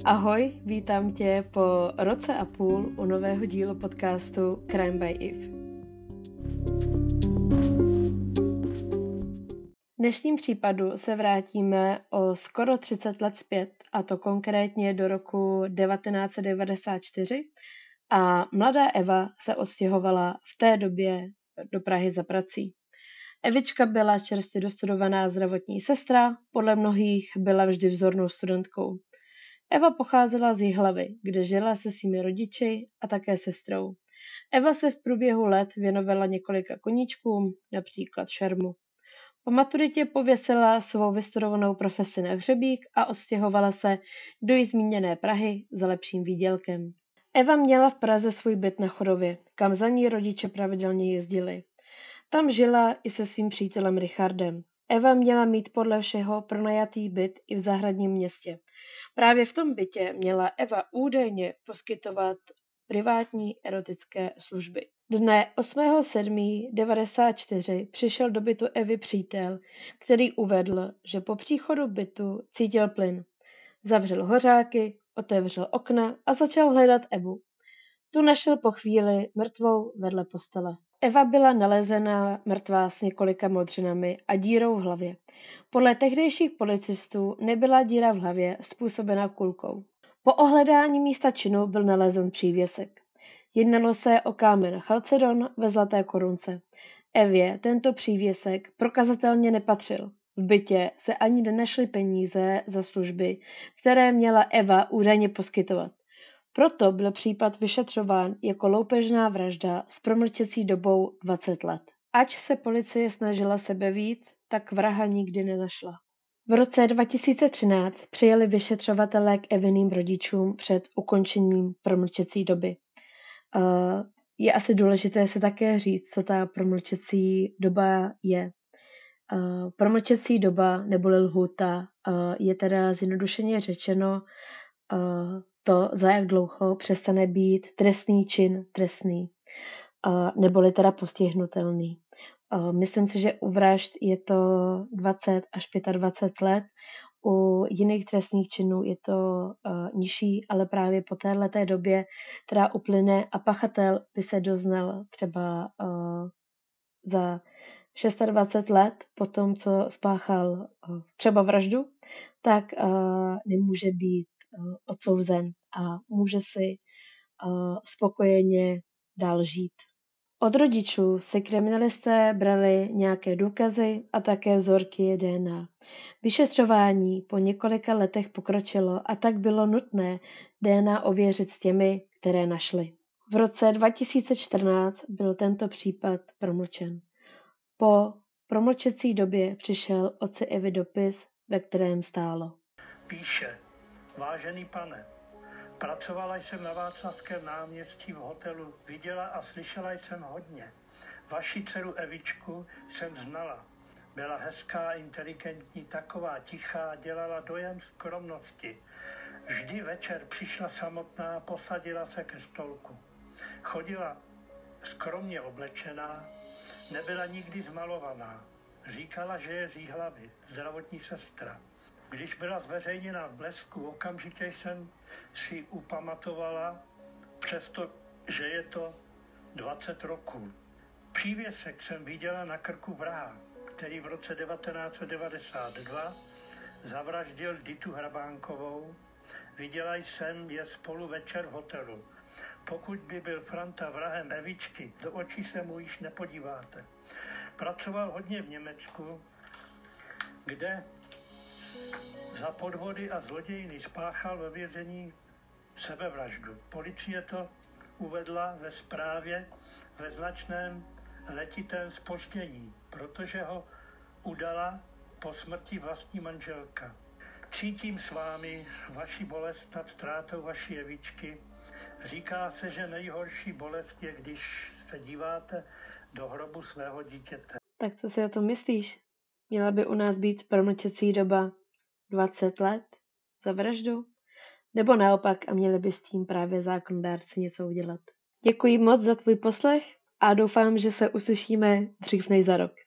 Ahoj, vítám tě po roce a půl u nového dílu podcastu Crime by Eve. V dnešním případu se vrátíme o skoro 30 let zpět, a to konkrétně do roku 1994, a mladá Eva se odstěhovala v té době do Prahy za prací. Evička byla čerstvě dostudovaná zdravotní sestra, podle mnohých byla vždy vzornou studentkou. Eva pocházela z Jihlavy, kde žila se svými rodiči a také sestrou. Eva se v průběhu let věnovala několika koníčkům, například šermu. Po maturitě pověsila svou vystudovanou profesi na hřebík a odstěhovala se do již zmíněné Prahy za lepším výdělkem. Eva měla v Praze svůj byt na Chodově, kam za ní rodiče pravidelně jezdili. Tam žila i se svým přítelem Richardem. Eva měla mít podle všeho pronajatý byt i v zahradním městě. Právě v tom bytě měla Eva údajně poskytovat privátní erotické služby. Dne 8.7.1994 přišel do bytu Evy přítel, který uvedl, že po příchodu bytu cítil plyn. Zavřel hořáky, otevřel okna a začal hledat Evu. Tu našel po chvíli mrtvou vedle postele. Eva byla nalezena mrtvá s několika modřinami a dírou v hlavě. Podle tehdejších policistů nebyla díra v hlavě způsobena kulkou. Po ohledání místa činu byl nalezen přívěsek. Jednalo se o kámen chalcedon ve zlaté korunce. Evě tento přívěsek prokazatelně nepatřil. V bytě se ani nenašly peníze za služby, které měla Eva údajně poskytovat. Proto byl případ vyšetřován jako loupežná vražda s promlčecí dobou 20 let. Ač se policie snažila sebevít, tak vraha nikdy nenašla. V roce 2013 přijeli vyšetřovatelé k Eviným rodičům před ukončením promlčecí doby. Je asi důležité se také říct, co ta promlčecí doba je. Promlčecí doba neboli lhůta je teda zjednodušeně řečeno to, za jak dlouho přestane být trestný čin trestný, neboli teda postihnutelný. Myslím si, že u vražd je to 20 až 25 let, u jiných trestných činů je to nižší, ale právě po téhleté době, která uplyne a pachatel by se doznal třeba za 26 let po tom, co spáchal třeba vraždu, tak nemůže být odsouzen a může si spokojeně dál žít. Od rodičů si kriminalisté brali nějaké důkazy a také vzorky DNA. Vyšetřování po několika letech pokročilo a tak bylo nutné DNA ověřit s těmi, které našli. V roce 2014 byl tento případ promlčen. Po promlčecí době přišel otci Evy dopis, ve kterém stálo. Píše: Vážený pane, pracovala jsem na Václavském náměstí v hotelu, viděla a slyšela jsem hodně. Vaši dceru Evičku jsem znala. Byla hezká, inteligentní, taková tichá, dělala dojem skromnosti. Vždy večer přišla samotná, posadila se ke stolku. Chodila skromně oblečená, nebyla nikdy zmalovaná. Říkala, že je z Jihlavy, zdravotní sestra. Když byla zveřejněna v Blesku, okamžitě jsem si upamatovala, přesto, že je to 20 roků. Přívěsek jsem viděla na krku vraha, který v roce 1992 zavraždil Ditu Hrabánkovou. Viděla jsem je spolu večer v hotelu. Pokud by byl Franta vrahem Evičky, do očí se mu již nepodíváte. Pracoval hodně v Německu, kde za podvody a zlodějiny spáchal ve vězení sebevraždu. Policie to uvedla ve zprávě ve značném letitém zpoždění, protože ho udala po smrti vlastní manželka. Cítím s vámi vaši bolest nad ztrátou vaší Evičky. Říká se, že nejhorší bolest je, když se díváte do hrobu svého dítěte. Tak co si o tom myslíš? Měla by u nás být promlčecí doba 20 let za vraždu? Nebo naopak a měli by s tím právě zákonodárci něco udělat? Děkuji moc za tvůj poslech a doufám, že se uslyšíme dřív než za rok.